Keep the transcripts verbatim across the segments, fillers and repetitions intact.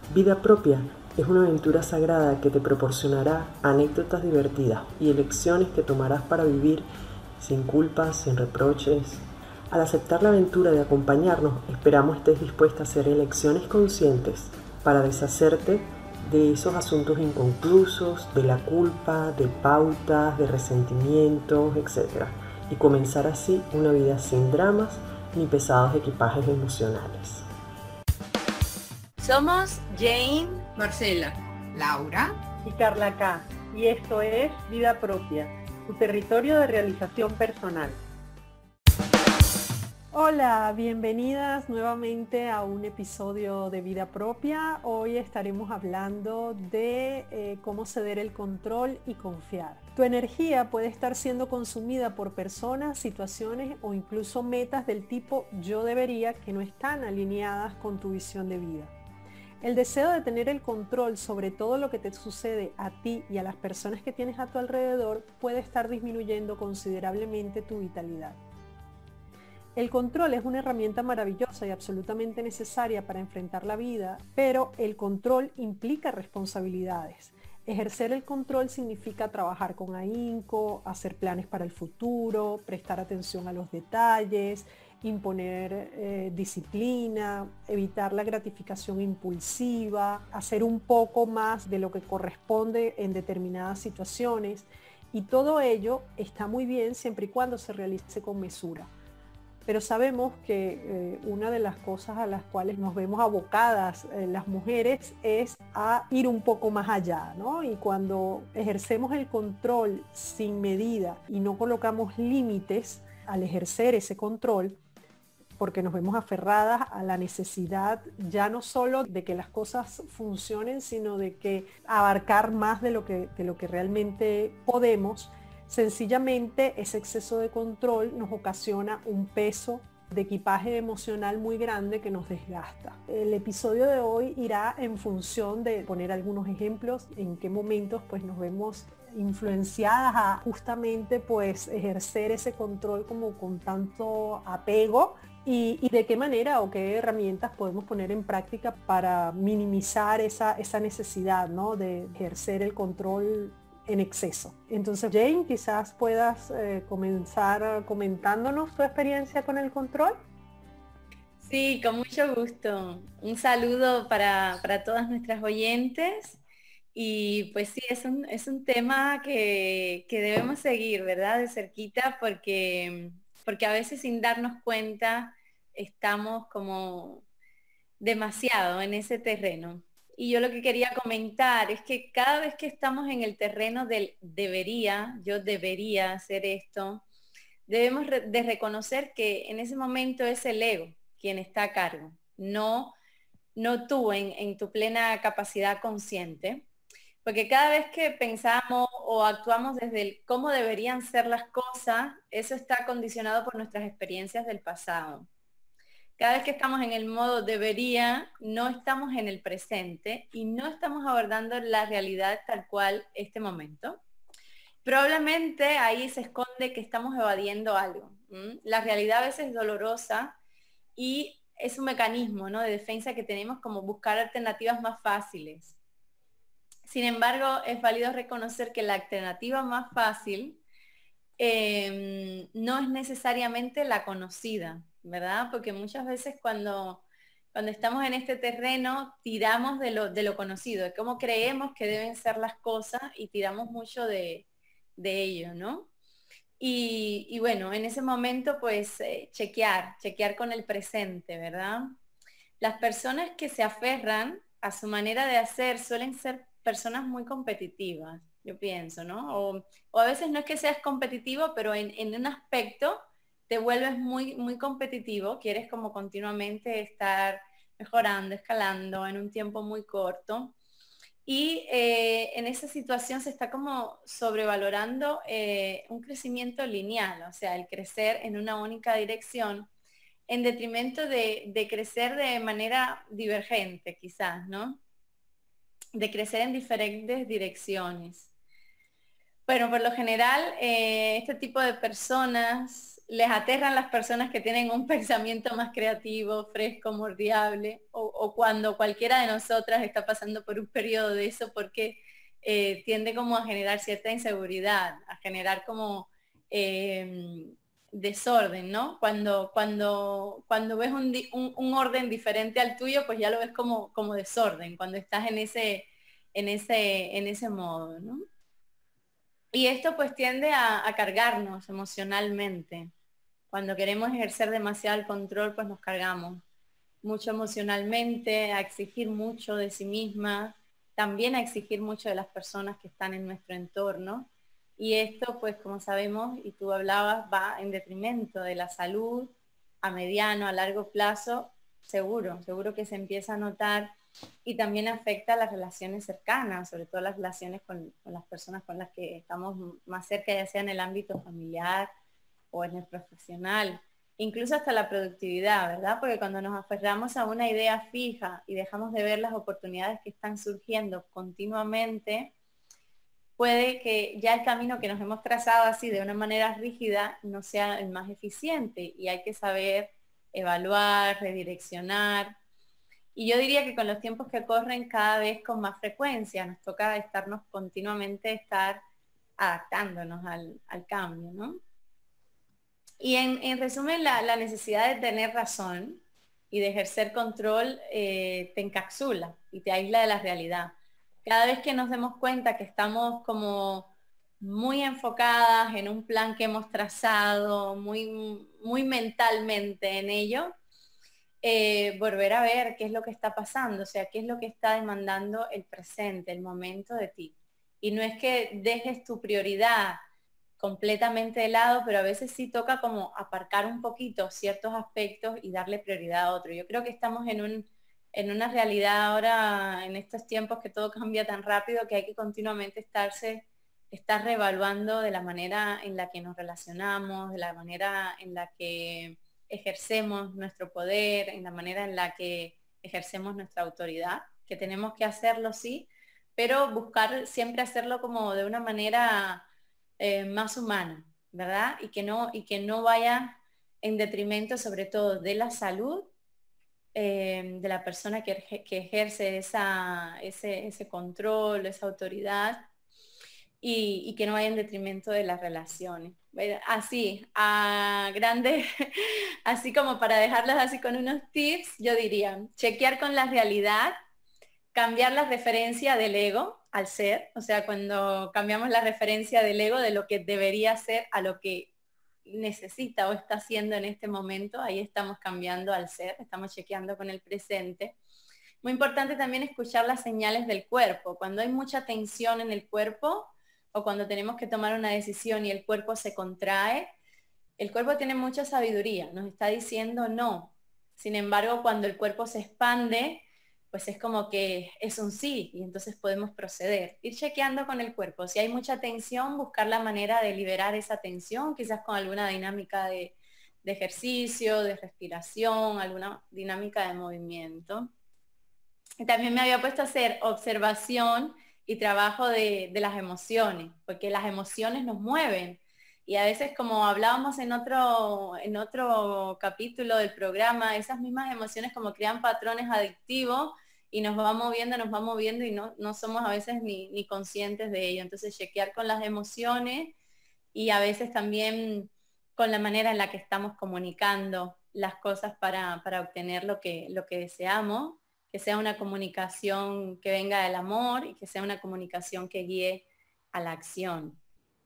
Vida propia es una aventura sagrada que te proporcionará anécdotas divertidas y lecciones que tomarás para vivir sin culpas, sin reproches. Al aceptar la aventura de acompañarnos, esperamos estés dispuesta a hacer elecciones conscientes para deshacerte de esos asuntos inconclusos, de la culpa, de pautas, de resentimientos, etcétera, y comenzar así una vida sin dramas ni pesados equipajes emocionales. Somos Jane, Marcela, Laura y Carla K. Y esto es Vida Propia, tu territorio de realización personal. Hola, bienvenidas nuevamente a un episodio de Vida Propia. Hoy estaremos hablando de eh, cómo ceder el control y confiar. Tu energía puede estar siendo consumida por personas, situaciones o incluso metas del tipo yo debería que no están alineadas con tu visión de vida. El deseo de tener el control sobre todo lo que te sucede a ti y a las personas que tienes a tu alrededor puede estar disminuyendo considerablemente tu vitalidad. El control es una herramienta maravillosa y absolutamente necesaria para enfrentar la vida, pero el control implica responsabilidades. Ejercer el control significa trabajar con ahínco, hacer planes para el futuro, prestar atención a los detalles, imponer eh, disciplina, evitar la gratificación impulsiva, hacer un poco más de lo que corresponde en determinadas situaciones, y todo ello está muy bien siempre y cuando se realice con mesura. Pero sabemos que eh, una de las cosas a las cuales nos vemos abocadas eh, las mujeres es a ir un poco más allá, ¿no? Y cuando ejercemos el control sin medida y no colocamos límites al ejercer ese control, porque nos vemos aferradas a la necesidad ya no solo de que las cosas funcionen, sino de que abarcar más de lo que, de lo que realmente podemos. Sencillamente ese exceso de control nos ocasiona un peso de equipaje emocional muy grande que nos desgasta. El episodio de hoy irá en función de poner algunos ejemplos en qué momentos pues nos vemos influenciadas a justamente pues ejercer ese control como con tanto apego y, y de qué manera o qué herramientas podemos poner en práctica para minimizar esa, esa necesidad, ¿no?, de ejercer el control en exceso. Entonces, Jane, quizás puedas eh, comenzar comentándonos tu experiencia con el control. Sí, con mucho gusto. Un saludo para, para todas nuestras oyentes. Y pues sí, es un, es un tema que, que debemos seguir, ¿verdad? De cerquita, porque, porque a veces sin darnos cuenta estamos como demasiado en ese terreno. Y yo lo que quería comentar es que cada vez que estamos en el terreno del debería, yo debería hacer esto, debemos re- de reconocer que en ese momento es el ego quien está a cargo, no, no tú en, en tu plena capacidad consciente. Porque cada vez que pensamos o actuamos desde el cómo deberían ser las cosas, eso está condicionado por nuestras experiencias del pasado. Cada vez que estamos en el modo debería, no estamos en el presente y no estamos abordando la realidad tal cual este momento. Probablemente ahí se esconde que estamos evadiendo algo. ¿m? La realidad a veces es dolorosa y es un mecanismo, ¿no?, de defensa que tenemos, como buscar alternativas más fáciles. Sin embargo, es válido reconocer que la alternativa más fácil eh, no es necesariamente la conocida, ¿verdad? Porque muchas veces cuando, cuando estamos en este terreno tiramos de lo, de lo conocido, de cómo creemos que deben ser las cosas y tiramos mucho de, de ello, ¿no? Y, y bueno, en ese momento pues eh, chequear, chequear con el presente, ¿verdad? Las personas que se aferran a su manera de hacer suelen ser personas muy competitivas, yo pienso, ¿no? O, o a veces no es que seas competitivo, pero en, en un aspecto te vuelves muy, muy competitivo, quieres como continuamente estar mejorando, escalando en un tiempo muy corto. Y eh, en esa situación se está como sobrevalorando eh, un crecimiento lineal, o sea, el crecer en una única dirección en detrimento de, de crecer de manera divergente, quizás, ¿no? De crecer en diferentes direcciones. Bueno, por lo general, eh, este tipo de personas les aterran las personas que tienen un pensamiento más creativo, fresco, moldeable, o, o cuando cualquiera de nosotras está pasando por un periodo de eso, porque eh, tiende como a generar cierta inseguridad, a generar como eh, desorden, ¿no? Cuando, cuando, cuando ves un, un, un orden diferente al tuyo, pues ya lo ves como, como desorden, cuando estás en ese, en ese, en ese modo, ¿no? Y esto pues tiende a, a cargarnos emocionalmente. Cuando queremos ejercer demasiado el control, pues nos cargamos mucho emocionalmente, a exigir mucho de sí misma, también a exigir mucho de las personas que están en nuestro entorno. Y esto, pues como sabemos, y tú hablabas, va en detrimento de la salud a mediano, a largo plazo, seguro, seguro que se empieza a notar y también afecta a las relaciones cercanas, sobre todo las relaciones con, con las personas con las que estamos más cerca, ya sea en el ámbito familiar o en el profesional, incluso hasta la productividad, ¿verdad? Porque cuando nos aferramos a una idea fija y dejamos de ver las oportunidades que están surgiendo continuamente, puede que ya el camino que nos hemos trazado así de una manera rígida no sea el más eficiente y hay que saber evaluar, redireccionar. Y yo diría que con los tiempos que corren cada vez con más frecuencia nos toca estarnos continuamente estar adaptándonos al, al cambio, ¿no? Y en, en resumen, la, la necesidad de tener razón y de ejercer control eh, te encapsula y te aísla de la realidad. Cada vez que nos demos cuenta que estamos como muy enfocadas en un plan que hemos trazado, muy, muy mentalmente en ello, eh, volver a ver qué es lo que está pasando, o sea, qué es lo que está demandando el presente, el momento de ti. Y no es que dejes tu prioridad completamente de lado, pero a veces sí toca como aparcar un poquito ciertos aspectos y darle prioridad a otro. Yo creo que estamos en, un, en una realidad ahora, en estos tiempos que todo cambia tan rápido, que hay que continuamente estarse, estar reevaluando de la manera en la que nos relacionamos, de la manera en la que ejercemos nuestro poder, en la manera en la que ejercemos nuestra autoridad, que tenemos que hacerlo sí, pero buscar siempre hacerlo como de una manera eh, más humana, ¿verdad? Y que no, y que no vaya en detrimento sobre todo de la salud eh, de la persona que, que ejerce esa, ese, ese control, esa autoridad, y, y que no vaya en detrimento de las relaciones. Así, a grandes, así como para dejarlas así con unos tips, yo diría, chequear con la realidad, cambiar la referencia del ego al ser, o sea, cuando cambiamos la referencia del ego de lo que debería ser a lo que necesita o está haciendo en este momento, ahí estamos cambiando al ser, estamos chequeando con el presente. Muy importante también escuchar las señales del cuerpo. Cuando hay mucha tensión en el cuerpo o cuando tenemos que tomar una decisión y el cuerpo se contrae, el cuerpo tiene mucha sabiduría, nos está diciendo no. Sin embargo, cuando el cuerpo se expande, pues es como que es un sí y entonces podemos proceder. Ir chequeando con el cuerpo. Si hay mucha tensión, buscar la manera de liberar esa tensión, quizás con alguna dinámica de, de ejercicio, de respiración, alguna dinámica de movimiento. Y también me había puesto a hacer observación y trabajo de, de las emociones, porque las emociones nos mueven. Y a veces, como hablábamos en otro, en otro capítulo del programa, esas mismas emociones como crean patrones adictivos y nos va moviendo, nos va moviendo y no, no somos a veces ni, ni conscientes de ello. Entonces, chequear con las emociones y a veces también con la manera en la que estamos comunicando las cosas para, para obtener lo que, lo que deseamos, que sea una comunicación que venga del amor y que sea una comunicación que guíe a la acción.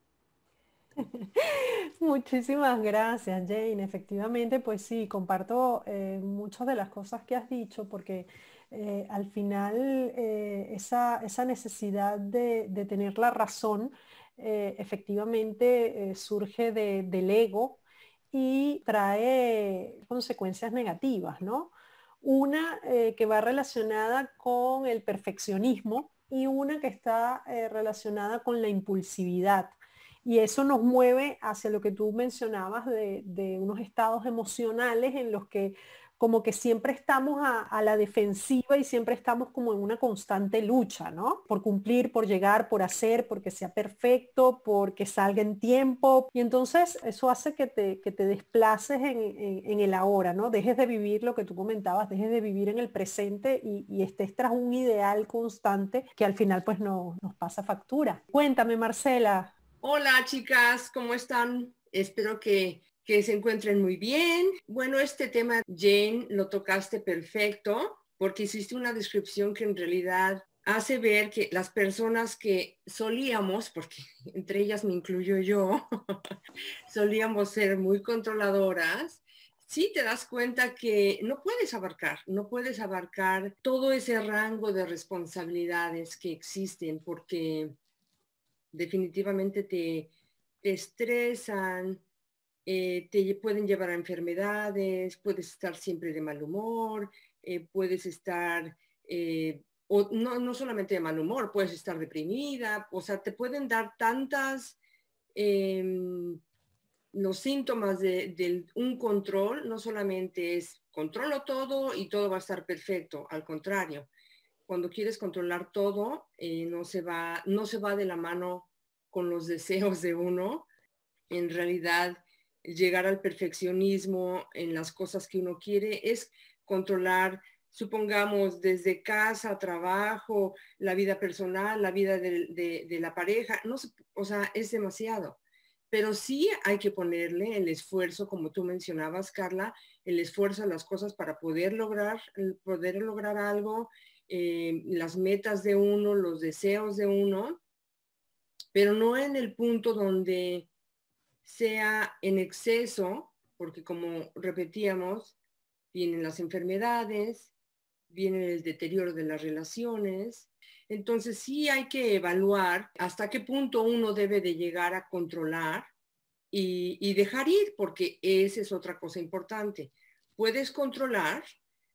Muchísimas gracias, Jane. Efectivamente, pues sí, comparto eh, muchas de las cosas que has dicho, porque eh, al final eh, esa, esa necesidad de, de tener la razón eh, efectivamente eh, surge de, del ego y trae consecuencias negativas, ¿no? Una eh, que va relacionada con el perfeccionismo y una que está eh, relacionada con la impulsividad. Y eso nos mueve hacia lo que tú mencionabas de, de unos estados emocionales en los que como que siempre estamos a, a la defensiva y siempre estamos como en una constante lucha, ¿no? Por cumplir, por llegar, por hacer, porque sea perfecto, porque salga en tiempo. Y entonces eso hace que te, que te desplaces en, en, en el ahora, ¿no? Dejes de vivir lo que tú comentabas, dejes de vivir en el presente y, y estés tras un ideal constante que al final pues no, nos pasa factura. Cuéntame, Marcela. Hola, chicas, ¿cómo están? Espero que que se encuentren muy bien. Bueno, este tema, Jane, lo tocaste perfecto porque hiciste una descripción que en realidad hace ver que las personas que solíamos, porque entre ellas me incluyo yo, solíamos ser muy controladoras, sí te das cuenta que no puedes abarcar, no puedes abarcar todo ese rango de responsabilidades que existen porque definitivamente te, te estresan, Eh, te pueden llevar a enfermedades, puedes estar siempre de mal humor, eh, puedes estar, eh, o no, no solamente de mal humor, puedes estar deprimida, o sea, te pueden dar tantas, eh, los síntomas de, de un control, no solamente es controlo todo y todo va a estar perfecto, al contrario, cuando quieres controlar todo, eh, no se va, no se va de la mano con los deseos de uno, en realidad llegar al perfeccionismo en las cosas que uno quiere es controlar, supongamos, desde casa, trabajo, la vida personal, la vida de, de, de la pareja, no sé, o sea, es demasiado. Pero sí hay que ponerle el esfuerzo, como tú mencionabas, Carla, el esfuerzo a las cosas para poder lograr, poder lograr algo, eh, las metas de uno, los deseos de uno, pero no en el punto donde sea en exceso, porque como repetíamos, vienen las enfermedades, viene el deterioro de las relaciones. Entonces sí hay que evaluar hasta qué punto uno debe de llegar a controlar y, y dejar ir, porque esa es otra cosa importante. Puedes controlar,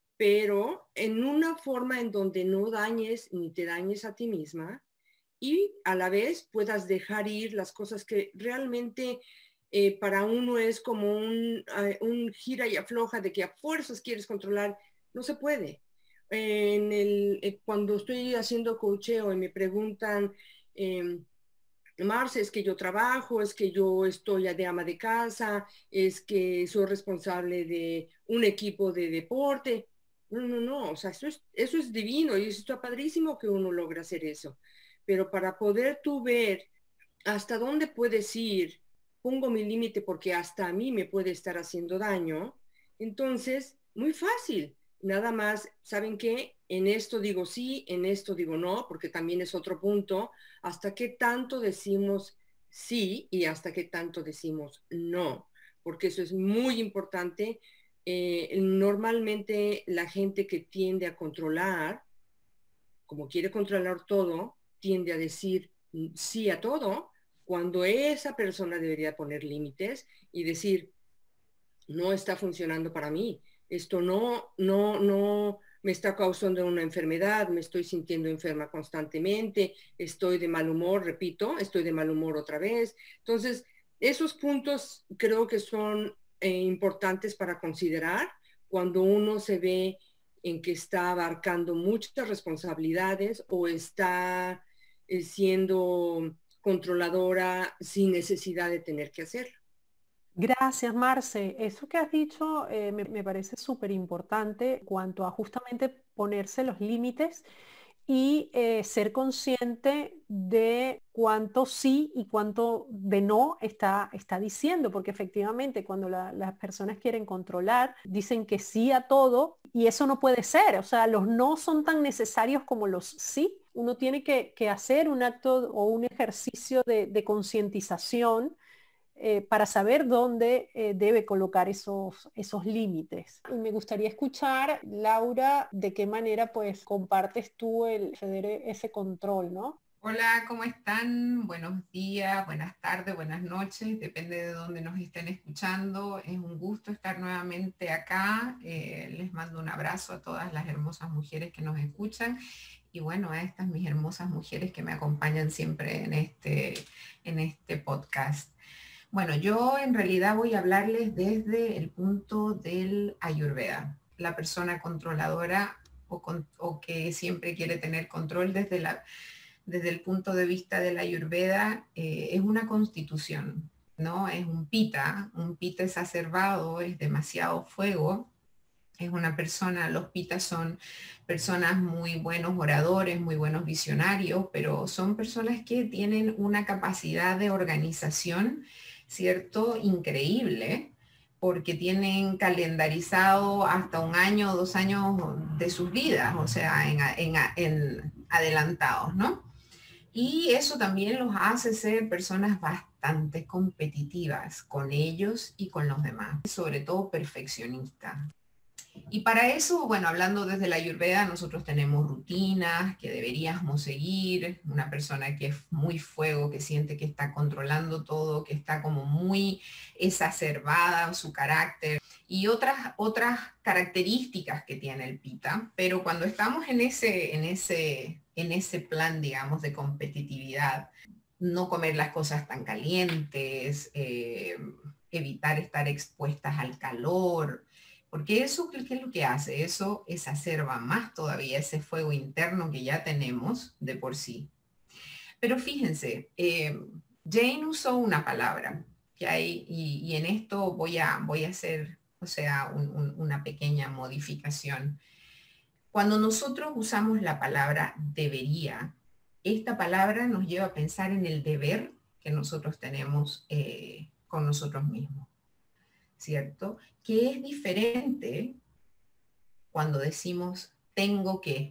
pero en una forma en donde no dañes ni te dañes a ti misma y a la vez puedas dejar ir las cosas que realmente eh, para uno es como un, uh, un gira y afloja de que a fuerzas quieres controlar. No se puede. En el, eh, cuando estoy haciendo coacheo y me preguntan, eh, Marce, es que yo trabajo, es que yo estoy de ama de casa, es que soy responsable de un equipo de deporte. No, no, no, o sea, eso es, eso es divino y está padrísimo que uno logre hacer eso. Pero para poder tú ver hasta dónde puedes ir, pongo mi límite porque hasta a mí me puede estar haciendo daño, entonces, muy fácil. Nada más, ¿saben qué? En esto digo sí, en esto digo no, porque también es otro punto. ¿Hasta qué tanto decimos sí y hasta qué tanto decimos no? Porque eso es muy importante. Eh, normalmente la gente que tiende a controlar, como quiere controlar todo, tiende a decir sí a todo, cuando esa persona debería poner límites y decir, no está funcionando para mí, esto no, no, no me está causando una enfermedad, me estoy sintiendo enferma constantemente, estoy de mal humor, repito, estoy de mal humor otra vez. Entonces, esos puntos creo que son eh, importantes para considerar cuando uno se ve en que está abarcando muchas responsabilidades o está eh, siendo controladora sin necesidad de tener que hacerlo. Gracias, Marce. Eso que has dicho eh, me, me parece súper importante en cuanto a justamente ponerse los límites y eh, ser consciente de cuánto sí y cuánto de no está, está diciendo, porque efectivamente cuando la- las personas quieren controlar, dicen que sí a todo y eso no puede ser, o sea, los no son tan necesarios como los sí. Uno tiene que, que hacer un acto o un ejercicio de, de concientización eh, para saber dónde eh, debe colocar esos, esos límites. Y me gustaría escuchar, Laura, de qué manera pues compartes tú el ceder ese control, ¿no? Hola, ¿cómo están? Buenos días, buenas tardes, buenas noches, depende de dónde nos estén escuchando. Es un gusto estar nuevamente acá. Eh, les mando un abrazo a todas las hermosas mujeres que nos escuchan y bueno, a estas mis hermosas mujeres que me acompañan siempre en este, en este podcast. Bueno, yo en realidad voy a hablarles desde el punto del Ayurveda. la persona controladora o, con, o que siempre quiere tener control desde, la, desde el punto de vista de la Ayurveda, eh, es una constitución, ¿no? Es un pita, un pita exacerbado, es demasiado fuego. Es una persona, los pitas son personas muy buenos oradores, muy buenos visionarios, pero son personas que tienen una capacidad de organización, ¿cierto? Increíble, porque tienen calendarizado hasta un año o dos años de sus vidas, o sea, en, en, en adelantados, ¿no? Y eso también los hace ser personas bastante competitivas con ellos y con los demás, sobre todo perfeccionistas. Y para eso, bueno, hablando desde la Ayurveda, nosotros tenemos rutinas que deberíamos seguir. Una persona que es muy fuego, que siente que está controlando todo, que está como muy exacerbada su carácter y otras, otras características que tiene el pita. Pero cuando estamos en ese, en ese, en ese plan, digamos, de competitividad, no comer las cosas tan calientes, eh, evitar estar expuestas al calor, porque eso, ¿qué es lo que hace? Eso exacerba más todavía ese fuego interno que ya tenemos de por sí. Pero fíjense, eh, Jane usó una palabra que hay, y, y en esto voy a, voy a hacer, o sea, un, un, una pequeña modificación. Cuando nosotros usamos la palabra debería, esta palabra nos lleva a pensar en el deber que nosotros tenemos eh, con nosotros mismos, ¿cierto? Que es diferente cuando decimos tengo que.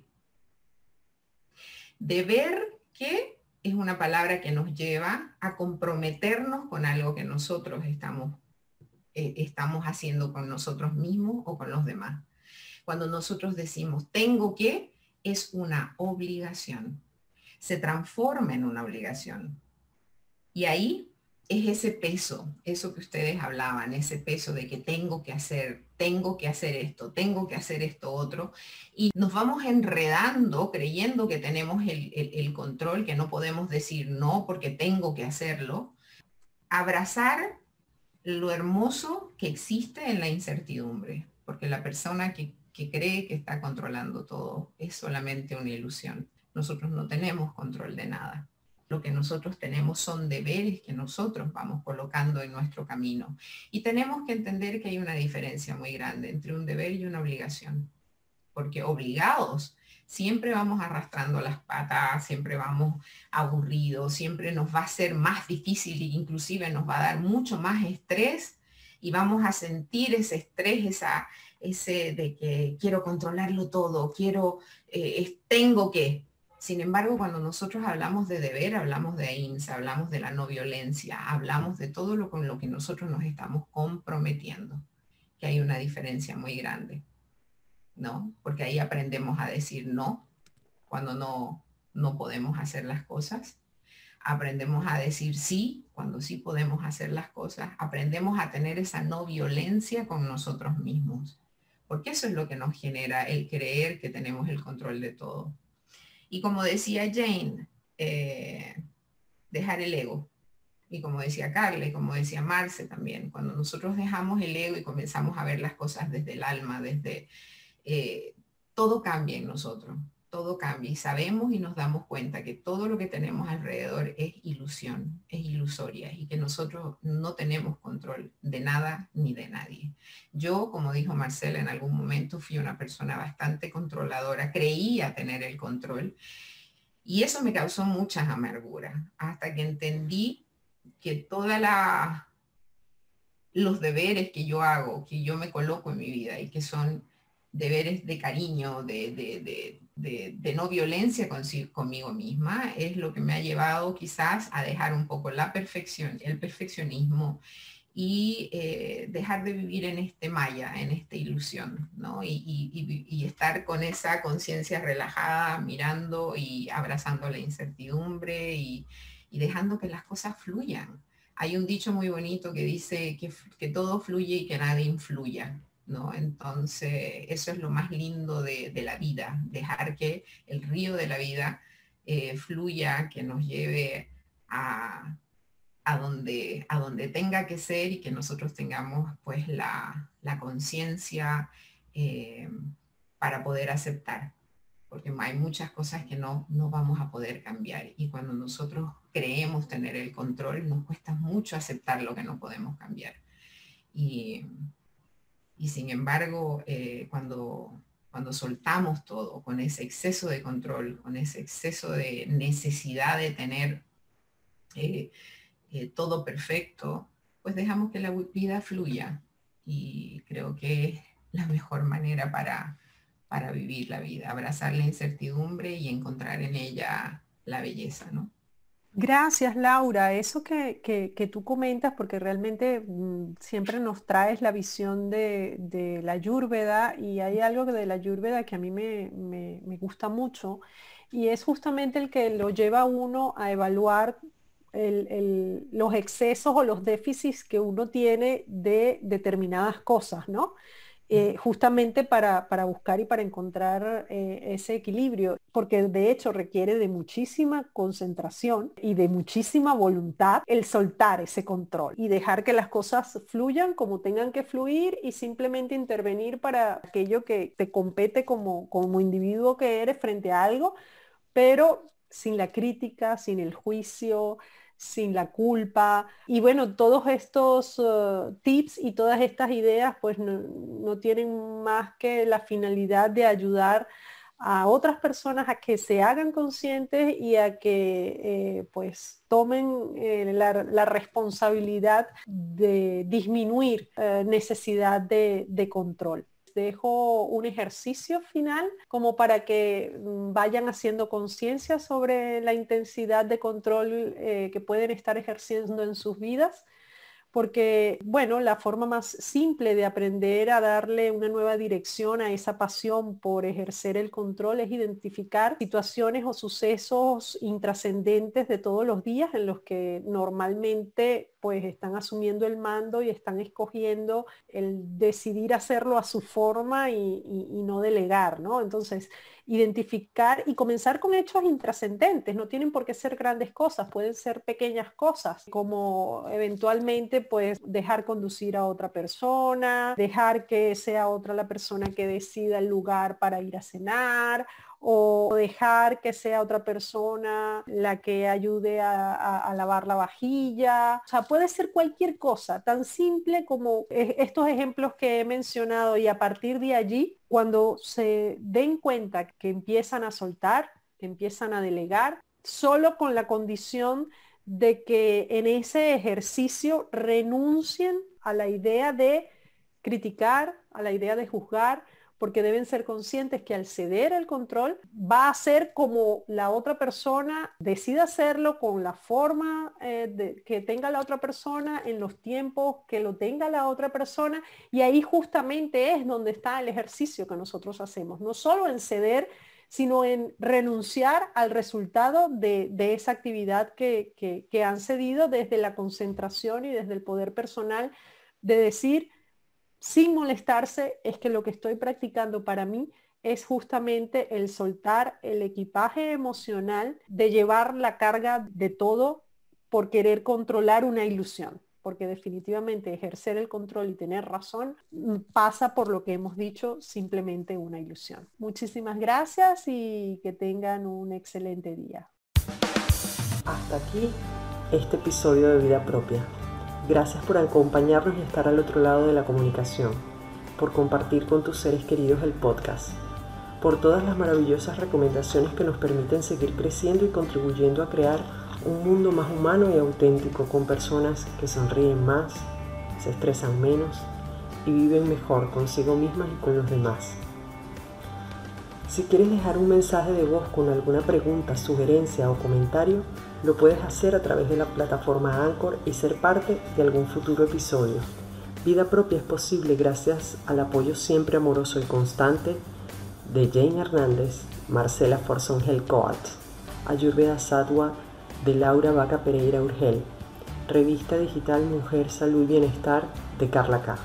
Deber que es una palabra que nos lleva a comprometernos con algo que nosotros estamos, eh, estamos haciendo con nosotros mismos o con los demás. Cuando nosotros decimos tengo que, es una obligación. Se transforma en una obligación. Y ahí es ese peso, eso que ustedes hablaban, ese peso de que tengo que hacer, tengo que hacer esto, tengo que hacer esto otro, y nos vamos enredando creyendo que tenemos el, el, el control, que no podemos decir no porque tengo que hacerlo. Abrazar lo hermoso que existe en la incertidumbre, porque la persona que, que cree que está controlando todo es solamente una ilusión. Nosotros no tenemos control de nada. Lo que nosotros tenemos son deberes que nosotros vamos colocando en nuestro camino. Y tenemos que entender que hay una diferencia muy grande entre un deber y una obligación. Porque obligados siempre vamos arrastrando las patas, siempre vamos aburridos, siempre nos va a ser más difícil e inclusive nos va a dar mucho más estrés y vamos a sentir ese estrés, esa, ese de que quiero controlarlo todo, quiero, eh, tengo que. Sin embargo, cuando nosotros hablamos de deber, hablamos de ahimsa, hablamos de la no violencia, hablamos de todo lo con lo que nosotros nos estamos comprometiendo, que hay una diferencia muy grande, ¿no? Porque ahí aprendemos a decir no cuando no, no podemos hacer las cosas. Aprendemos a decir sí cuando sí podemos hacer las cosas. Aprendemos a tener esa no violencia con nosotros mismos, porque eso es lo que nos genera el creer que tenemos el control de todo. Y como decía Jane, eh, dejar el ego. Y como decía Carla, y como decía Marce también, cuando nosotros dejamos el ego y comenzamos a ver las cosas desde el alma, desde eh, todo cambia en nosotros, todo cambia. Y sabemos y nos damos cuenta que todo lo que tenemos alrededor es ilusión, es ilusoria, y que nosotros no tenemos control de nada ni de nadie. Yo, como dijo Marcela, en algún momento fui una persona bastante controladora, creía tener el control, y eso me causó muchas amarguras, hasta que entendí que toda la los deberes que yo hago, que yo me coloco en mi vida y que son deberes de cariño, de, de, de, de, de no violencia con, conmigo misma, es lo que me ha llevado quizás a dejar un poco la perfección, el perfeccionismo y eh, dejar de vivir en este maya, en esta ilusión, ¿no? Y, y, y estar con esa conciencia relajada, mirando y abrazando la incertidumbre y, y dejando que las cosas fluyan. Hay un dicho muy bonito que dice que, que todo fluye y que nada influya, ¿no? Entonces, eso es lo más lindo de, de la vida, dejar que el río de la vida eh, fluya, que nos lleve a, a, donde, a donde tenga que ser y que nosotros tengamos pues la, la conciencia eh, para poder aceptar, porque hay muchas cosas que no, no vamos a poder cambiar, y cuando nosotros creemos tener el control nos cuesta mucho aceptar lo que no podemos cambiar. Y, y sin embargo, eh, cuando, cuando soltamos todo con ese exceso de control, con ese exceso de necesidad de tener eh, eh, todo perfecto, pues dejamos que la vida fluya, y creo que es la mejor manera para, para vivir la vida, abrazar la incertidumbre y encontrar en ella la belleza, ¿no? Gracias, Laura. Eso que, que, que tú comentas, porque realmente mmm, siempre nos traes la visión de, de la Ayurveda, y hay algo de la Ayurveda que a mí me, me, me gusta mucho, y es justamente el que lo lleva a uno a evaluar el, el, los excesos o los déficits que uno tiene de determinadas cosas, ¿no? Eh, justamente para, para buscar y para encontrar eh, ese equilibrio, porque de hecho requiere de muchísima concentración y de muchísima voluntad el soltar ese control y dejar que las cosas fluyan como tengan que fluir, y simplemente intervenir para aquello que te compete como, como individuo que eres frente a algo, pero sin la crítica, sin el juicio, sin la culpa. Y bueno, todos estos uh, tips y todas estas ideas pues no, no tienen más que la finalidad de ayudar a otras personas a que se hagan conscientes y a que eh, pues tomen eh, la, la responsabilidad de disminuir eh, necesidad de, de control. Dejo un ejercicio final como para que vayan haciendo conciencia sobre la intensidad de control eh, que pueden estar ejerciendo en sus vidas, porque, bueno, la forma más simple de aprender a darle una nueva dirección a esa pasión por ejercer el control es identificar situaciones o sucesos intrascendentes de todos los días en los que normalmente pues están asumiendo el mando y están escogiendo el decidir hacerlo a su forma y, y, y no delegar, ¿no? Entonces, identificar y comenzar con hechos intrascendentes, no tienen por qué ser grandes cosas, pueden ser pequeñas cosas, como eventualmente pues dejar conducir a otra persona, dejar que sea otra la persona que decida el lugar para ir a cenar, o dejar que sea otra persona la que ayude a, a, a lavar la vajilla. O sea, puede ser cualquier cosa, tan simple como estos ejemplos que he mencionado, y a partir de allí, cuando se den cuenta que empiezan a soltar, que empiezan a delegar, solo con la condición de que en ese ejercicio renuncien a la idea de criticar, a la idea de juzgar, porque deben ser conscientes que al ceder el control va a ser como la otra persona decida hacerlo, con la forma eh, de, que tenga la otra persona, en los tiempos que lo tenga la otra persona, y ahí justamente es donde está el ejercicio que nosotros hacemos, no solo en ceder, sino en renunciar al resultado de, de esa actividad que, que, que han cedido desde la concentración y desde el poder personal, de decir, sin molestarse, es que lo que estoy practicando para mí es justamente el soltar el equipaje emocional de llevar la carga de todo por querer controlar una ilusión, porque definitivamente ejercer el control y tener razón pasa por lo que hemos dicho, simplemente una ilusión. Muchísimas gracias y que tengan un excelente día. Hasta aquí este episodio de Vida Propia. Gracias por acompañarnos y estar al otro lado de la comunicación, por compartir con tus seres queridos el podcast, por todas las maravillosas recomendaciones que nos permiten seguir creciendo y contribuyendo a crear un mundo más humano y auténtico, con personas que sonríen más, se estresan menos y viven mejor consigo mismas y con los demás. Si quieres dejar un mensaje de voz con alguna pregunta, sugerencia o comentario, lo puedes hacer a través de la plataforma Anchor y ser parte de algún futuro episodio. Vida Propia es posible gracias al apoyo siempre amoroso y constante de Jane Hernández, Marcela Forson Health Coach, Ayurveda Sattva de Laura Vaca Pereira Urgel, revista digital Mujer, Salud y Bienestar de Carla K.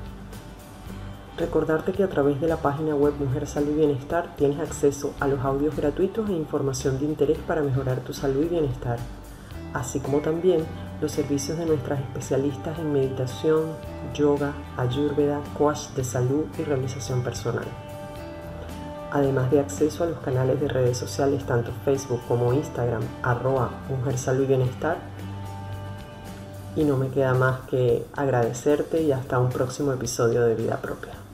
Recordarte que a través de la página web Mujer, Salud y Bienestar tienes acceso a los audios gratuitos e información de interés para mejorar tu salud y bienestar, así como también los servicios de nuestras especialistas en meditación, yoga, ayurveda, coach de salud y realización personal. Además de acceso a los canales de redes sociales tanto Facebook como Instagram, arroba Mujer Salud y Bienestar. Y no me queda más que agradecerte y hasta un próximo episodio de Vida Propia.